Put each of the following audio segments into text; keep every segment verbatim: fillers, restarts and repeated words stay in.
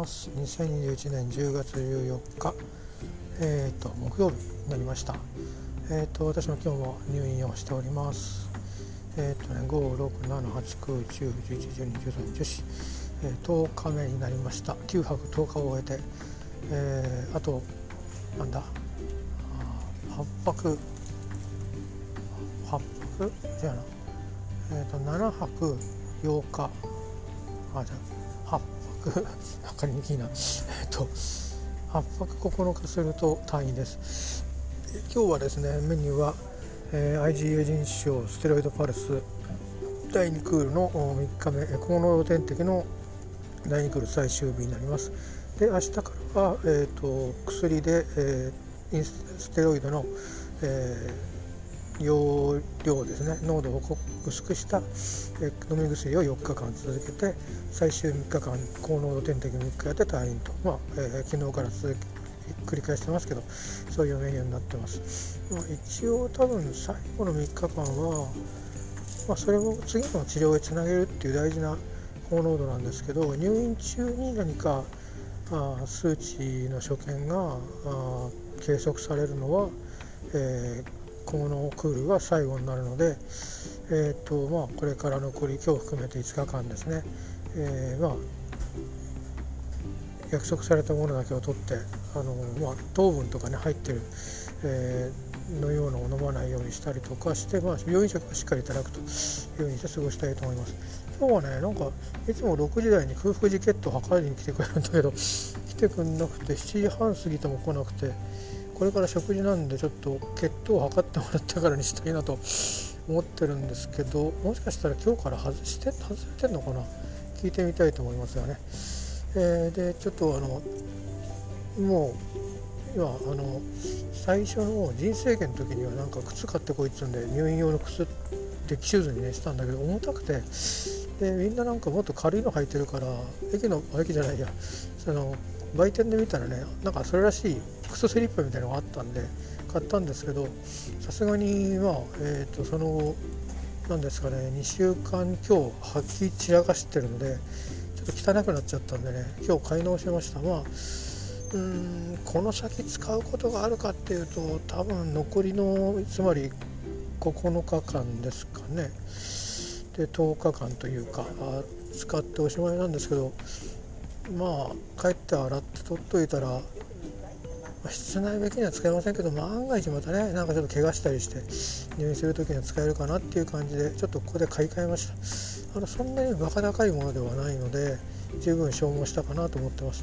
ます。にせんにじゅういちねんじゅうがつじゅうよっか、えー、と木曜日になりました。えー、と私も今日も入院をしております。えー、とねご、ろく、なな、はち、きゅう、じゅう、じゅういち、じゅうに、じゅうさん、じゅうよん、えー、とおかめになりました。きゅうはくとおかを終えて、えー、あとなんだはっぱくはっぱくじゃあな、えー、とななはくようかあじゃあはっぱく分かりにくいなえっとはっぱくここのかすると退院です。今日はですねメニューは、えー、アイジーエー 腎症ステロイドパルスだいにクールのみっかめ高濃度点滴のだいにクール最終日になります。で明日からは、えー、と薬で、えー、インステロイドの、えー容量ですね、濃度を薄くした飲み薬をよっかかん続けて、最終みっかかん高濃度点滴みっかやって退院と、まあえー、昨日から続き繰り返してますけど、そういうメニューになってます。まあ、一応多分最後のみっかかんは、まあ、それも次の治療へつなげるっていう大事な高濃度なんですけど、入院中に何かあ数値の所見があ計測されるのは、えーこのクールが最後になるので、えーとまあ、これから残り今日含めていつかかんですね、えーまあ、約束されたものだけを取ってあの、まあ、糖分とかね入ってる、えー、飲み物を飲まないようにしたりとかして、まあ、病院食はしっかりいただくというようにして過ごしたいと思います。今日はねなんかいつもろくじ台に空腹時血糖を測りに来てくれるんだけど来てくんなくて、しちじはん過ぎても来なくて、これから食事なんでちょっと血糖を測ってもらってからにしたいなと思ってるんですけど、もしかしたら今日から外して外れてんのかな、聞いてみたいと思いますがね。えー、でちょっとあのもう今あの最初の人生験の時にはなんか靴買ってこいっつうんで入院用の靴でシューズにねしたんだけど重たくて、でみんななんかもっと軽いの履いてるから、駅の駅じゃないやその売店で見たらねなんかそれらしい靴スリッパみたいなのがあったんで買ったんですけど、さすがにまあえっとそのなんですかねにしゅうかん今日履き散らかしてるのでちょっと汚くなっちゃったんでね今日買い直しました。まあうーんこの先使うことがあるかっていうと多分残りのつまりここのかかんですかね、でとおかかんというか使っておしまいなんですけど、まあ帰って洗って取っといたら室内べきには使えませんけど、万が一またねなんかちょっと怪我したりして入院するときには使えるかなっていう感じでちょっとここで買い替えました。あのそんなにバカ高いものではないので十分消耗したかなと思ってます。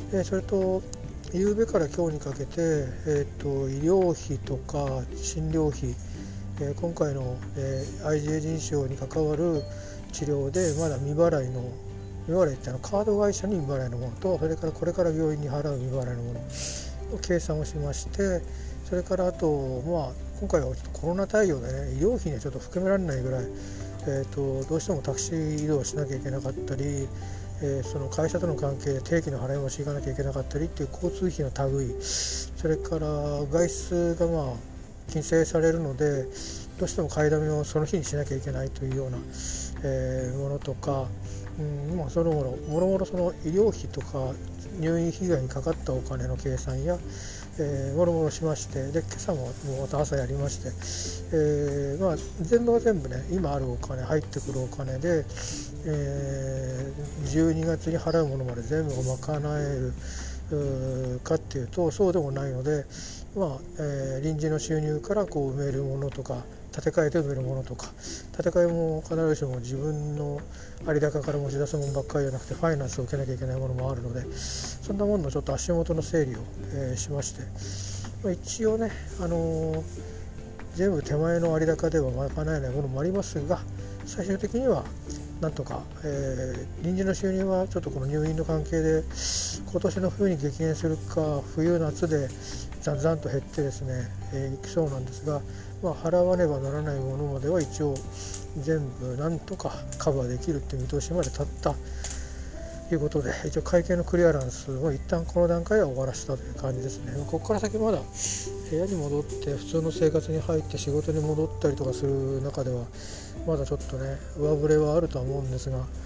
えー、それと夕べから今日にかけて、えー、と医療費とか診療費、えー、今回の、えー、アイジーエー 腎症に関わる治療でまだ未払いの未払いってのはカード会社に未払いのものと、それからこれから病院に払う未払いのものを計算をしまして、それからあと、まあ、今回はちょっとコロナ対応でね医療費にはちょっと含められないぐらい、えー、とどうしてもタクシー移動しなきゃいけなかったり、えー、その会社との関係で定期の払い戻し行かなきゃいけなかったりっていう交通費の類、それから外出がまあ禁制されるのでどうしても買いだめをその日にしなきゃいけないというような、えー、ものとか、うんまあ、そのものもろもろその医療費とか入院被害にかかったお金の計算や、えー、もろもろしまして、で今朝ももうまた朝やりまして、えーまあ、全部が全部ね今あるお金入ってくるお金で、えー、じゅうにがつに払うものまで全部を賄えるかっていうとそうでもないので、まあえー、臨時の収入からこう埋めるものとか建て替えて埋めるものとか、建て替えも必ずしも自分の有高から持ち出すものばっかりじゃなくてファイナンスを受けなきゃいけないものもあるので、そんなもののちょっと足元の整理を、えー、しまして、まあ、一応ね、あのー、全部手前の有高では賄えないものもありますが、最終的にはなんとか、えー、臨時の収入はちょっとこの入院の関係で今年の冬に激減するか冬夏でざんざんと減ってですね、えー、いきそうなんですが、まあ、払わねばならないものまでは一応全部なんとかカバーできるっていう見通しまで立ったということで、一応会計のクリアランスを一旦この段階は終わらせたという感じですね。ここから先まだ部屋に戻って普通の生活に入って仕事に戻ったりとかする中ではまだちょっとね上振れはあるとは思うんですが、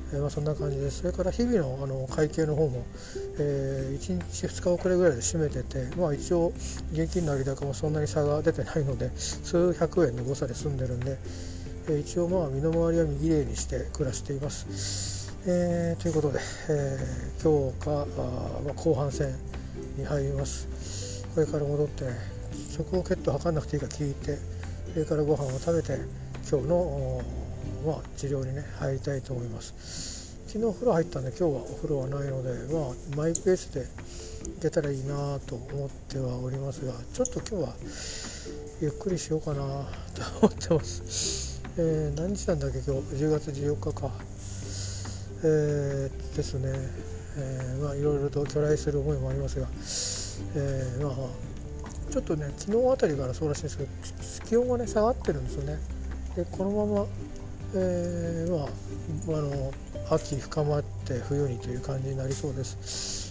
えーまあ、そんな感じです。それから日々の、あの会計の方も、えー、いちにちふつか遅れぐらいで締めてて、まあ、一応現金の有高もそんなに差が出てないので数百円の誤差で済んでるんで、えー、一応まあ身の回りは見綺麗にして暮らしています。えー、ということで、えー、今日かあ、まあ、後半戦に入ります。これから戻ってね、食を血糖測んなくていいか聞いて、それからご飯を食べて今日の、まあ、治療にね入りたいと思います。昨日お風呂入ったんで今日はお風呂はないので、まあ、マイペースでいけたらいいなと思ってはおりますが、ちょっと今日はゆっくりしようかなと思ってます。えー、何日なんだっけ今日じゅうがつじゅうよっかか、えー、ですね、えー、まあいろいろと去来する思いもありますが、えー、まあちょっとね昨日あたりからそうらしいんですけど気温がね下がってるんですよね。でこのまま、えー、まああの秋深まって冬にという感じになりそうです。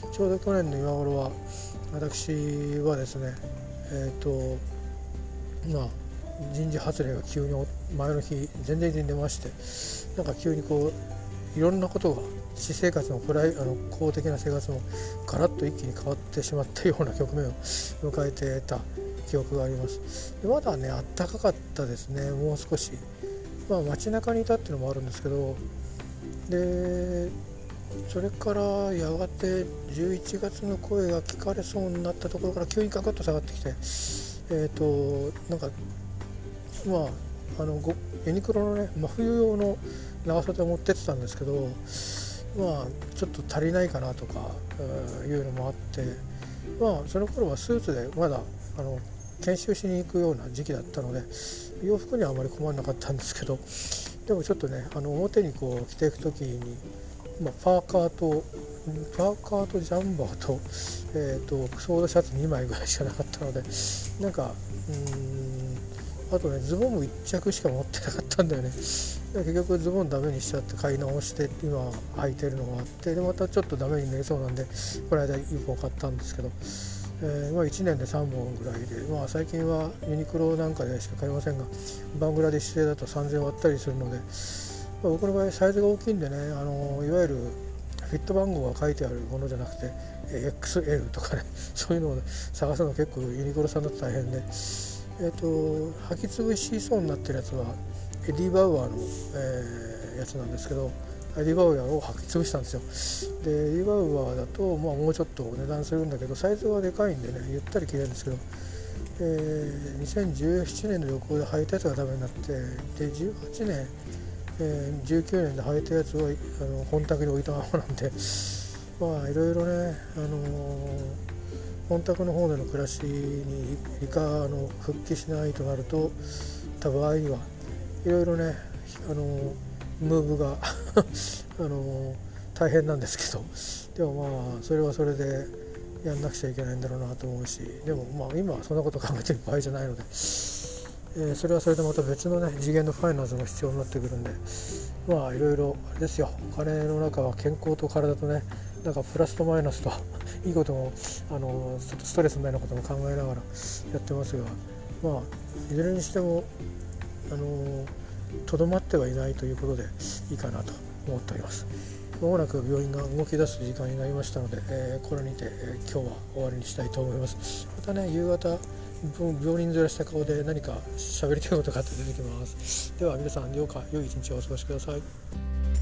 ちょうど去年の今頃は私はですね、えっとまあ人事発令が急に前の日全然出まして、なんか急にこういろんなことが私生活のプライあの公的な生活もガラッと一気に変わってしまったような局面を迎えてた記憶があります。でまだねあったかかったですね。もう少し、まあ、街中にいたっていうのもあるんですけど、でそれからやがてじゅういちがつの声が聞かれそうになったところから急にガクッと下がってきて、えっとなんかまああのユニクロのね真冬用の長袖を持ってってたんですけど、まあちょっと足りないかなとかいうのもあって、まあその頃はスーツでまだあの研修しに行くような時期だったので洋服にはあまり困らなかったんですけど、でもちょっとねあの表にこう着ていく時に、まあ、パーカーとパーカーとジャンバーと、えーとソードシャツにまいぐらいしかなかったので、なんかうーんあとねズボンもいっちゃくしか持ってなかったんだよね。結局ズボンダメにしちゃって買い直して今履いてるのがあって、でまたちょっとダメになりそうなんでこの間いっぽん買ったんですけど、えーまあ、いちねんでさんぼんぐらいで、まあ、最近はユニクロなんかでしか買いませんがバングラデシュ製だとさんぜん割ったりするので、まあ、僕の場合サイズが大きいんでね、あのいわゆるフィット番号が書いてあるものじゃなくて エックスエル とかねそういうのを探すの結構ユニクロさんだと大変で、えーと履き潰しそうになってるやつはエディ・バウアーの、えー、やつなんですけど、エディ・バウアーを履き潰したんですよ。でエディ・バウアーだと、まあ、もうちょっと値段するんだけどサイズがでかいんでねゆったり着れるんですけど、えー、にせんじゅうななねんの旅行で履いたやつがダメになって、でじゅうはちねん、えー、じゅうきゅうねんで履いたやつはあの本宅に置いたままなんで、まあいろいろね、あのー、本宅の方での暮らしに理科の復帰しないとなるとた場合にはいろいろね、あのー、ムーブがあのー、大変なんですけど、でもまあそれはそれでやんなくちゃいけないんだろうなと思うし、でもまあ今はそんなこと考えてる場合じゃないので、えー、それはそれでまた別のね次元のファイナンスが必要になってくるんで、まあいろいろあれですよ、お金の中は健康と体とね、なんかプラスとマイナスといいこともあのちょっとストレスのようなことも考えながらやってますが、まあいずれにしてもあのとどまってはいないということでいいかなと思っております。まもなく病院が動き出す時間になりましたので、えー、これにて、えー、今日は終わりにしたいと思います。またね夕方病人ずらした顔で何か喋りたいことがあって出てきます。では皆さんどうか良い一日をお過ごしください。